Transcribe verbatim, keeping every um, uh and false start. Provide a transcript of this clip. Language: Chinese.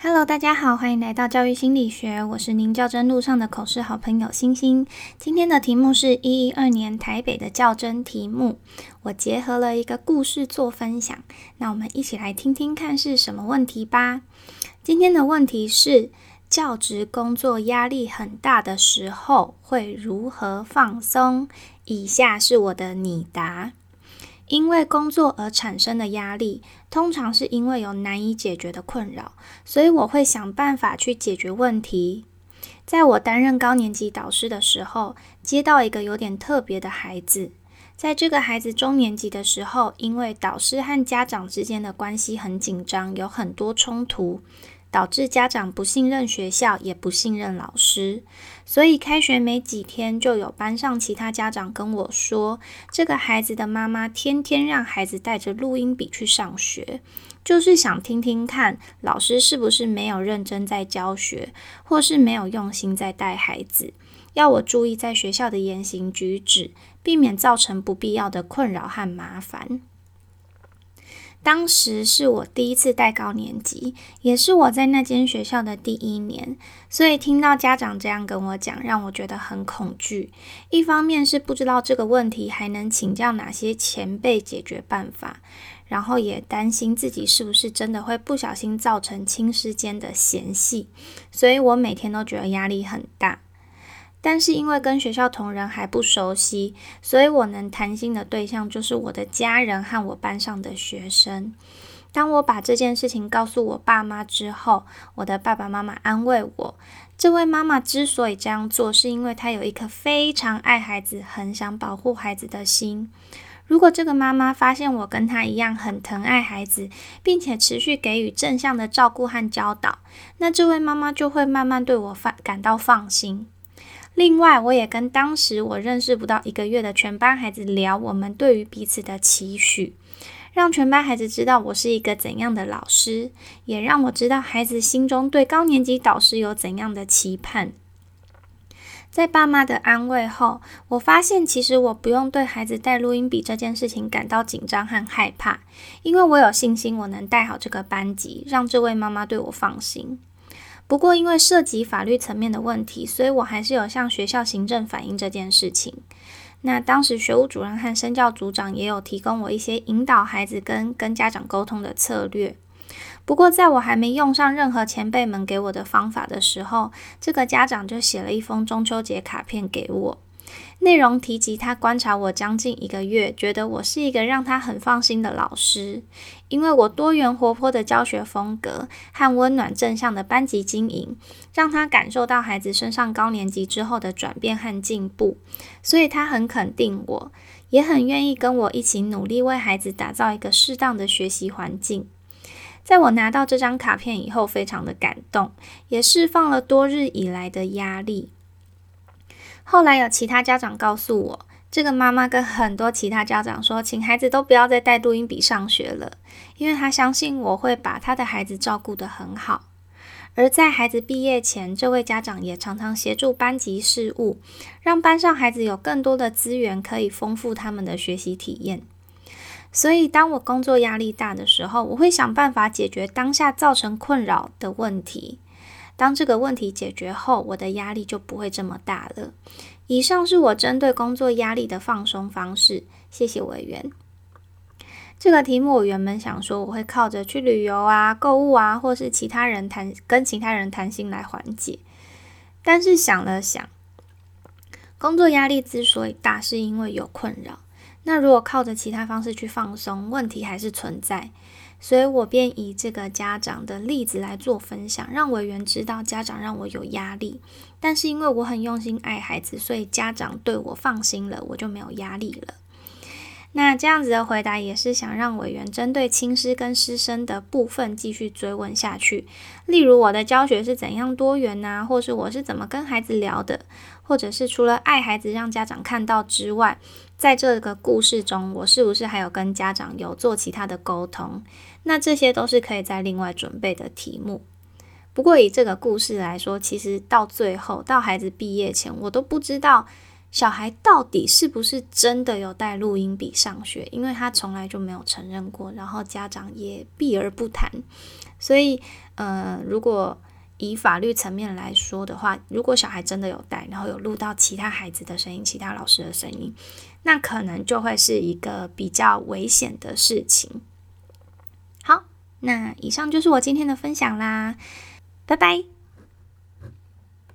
Hello，大家好，欢迎来到教育心理学，我是您教甄路上的口试好朋友星星。今天的题目是一一二年台北的教甄题目，我结合了一个故事做分享，那我们一起来听听看是什么问题吧。今天的问题是，教职工作压力很大的时候会如何放松？以下是我的拟答。因为工作而产生的压力，通常是因为有难以解决的困扰，所以我会想办法去解决问题。在我担任高年级导师的时候，接到一个有点特别的孩子。在这个孩子中年级的时候，因为导师和家长之间的关系很紧张，有很多冲突，导致家长不信任学校，也不信任老师。所以开学没几天，就有班上其他家长跟我说，这个孩子的妈妈天天让孩子带着录音笔去上学，就是想听听看老师是不是没有认真在教学，或是没有用心在带孩子，要我注意在学校的言行举止，避免造成不必要的困扰和麻烦。当时是我第一次带高年级，也是我在那间学校的第一年，所以听到家长这样跟我讲，让我觉得很恐惧。一方面是不知道这个问题还能请教哪些前辈解决办法，然后也担心自己是不是真的会不小心造成亲师间的嫌隙，所以我每天都觉得压力很大。但是因为跟学校同仁还不熟悉，所以我能谈心的对象就是我的家人和我班上的学生。当我把这件事情告诉我爸妈之后，我的爸爸妈妈安慰我，这位妈妈之所以这样做，是因为她有一颗非常爱孩子、很想保护孩子的心。如果这个妈妈发现我跟她一样很疼爱孩子，并且持续给予正向的照顾和教导，那这位妈妈就会慢慢对我感到放心。另外，我也跟当时我认识不到一个月的全班孩子聊我们对于彼此的期许，让全班孩子知道我是一个怎样的老师，也让我知道孩子心中对高年级导师有怎样的期盼。在爸妈的安慰后，我发现其实我不用对孩子带录音笔这件事情感到紧张和害怕，因为我有信心我能带好这个班级，让这位妈妈对我放心。不过因为涉及法律层面的问题，所以我还是有向学校行政反映这件事情。那当时学务主任和身教组长也有提供我一些引导孩子跟跟家长沟通的策略。不过在我还没用上任何前辈们给我的方法的时候，这个家长就写了一封中秋节卡片给我，内容提及他观察我将近一个月，觉得我是一个让他很放心的老师，因为我多元活泼的教学风格和温暖正向的班级经营，让他感受到孩子升上高年级之后的转变和进步，所以他很肯定我，也很愿意跟我一起努力为孩子打造一个适当的学习环境。在我拿到这张卡片以后，非常的感动，也释放了多日以来的压力。后来有其他家长告诉我，这个妈妈跟很多其他家长说，请孩子都不要再带录音笔上学了，因为她相信我会把她的孩子照顾得很好。而在孩子毕业前，这位家长也常常协助班级事务，让班上孩子有更多的资源可以丰富他们的学习体验。所以当我工作压力大的时候，我会想办法解决当下造成困扰的问题。当这个问题解决后，我的压力就不会这么大了。以上是我针对工作压力的放松方式，谢谢委员。这个题目我原本想说我会靠着去旅游啊、购物啊，或是其他人谈跟其他人谈心来缓解，但是想了想，工作压力之所以大，是因为有困扰。那如果靠着其他方式去放松，问题还是存在，所以我便以这个家长的例子来做分享，让委员知道家长让我有压力，但是因为我很用心爱孩子，所以家长对我放心了，我就没有压力了。那这样子的回答也是想让委员针对亲师跟师生的部分继续追问下去，例如我的教学是怎样多元啊，或是我是怎么跟孩子聊的，或者是除了爱孩子让家长看到之外，在这个故事中我是不是还有跟家长有做其他的沟通，那这些都是可以再另外准备的题目。不过以这个故事来说，其实到最后到孩子毕业前，我都不知道小孩到底是不是真的有带录音笔上学，因为他从来就没有承认过，然后家长也避而不谈。所以呃，如果以法律层面来说的话，如果小孩真的有带，然后有录到其他孩子的声音、其他老师的声音，那可能就会是一个比较危险的事情。好，那以上就是我今天的分享啦，拜拜。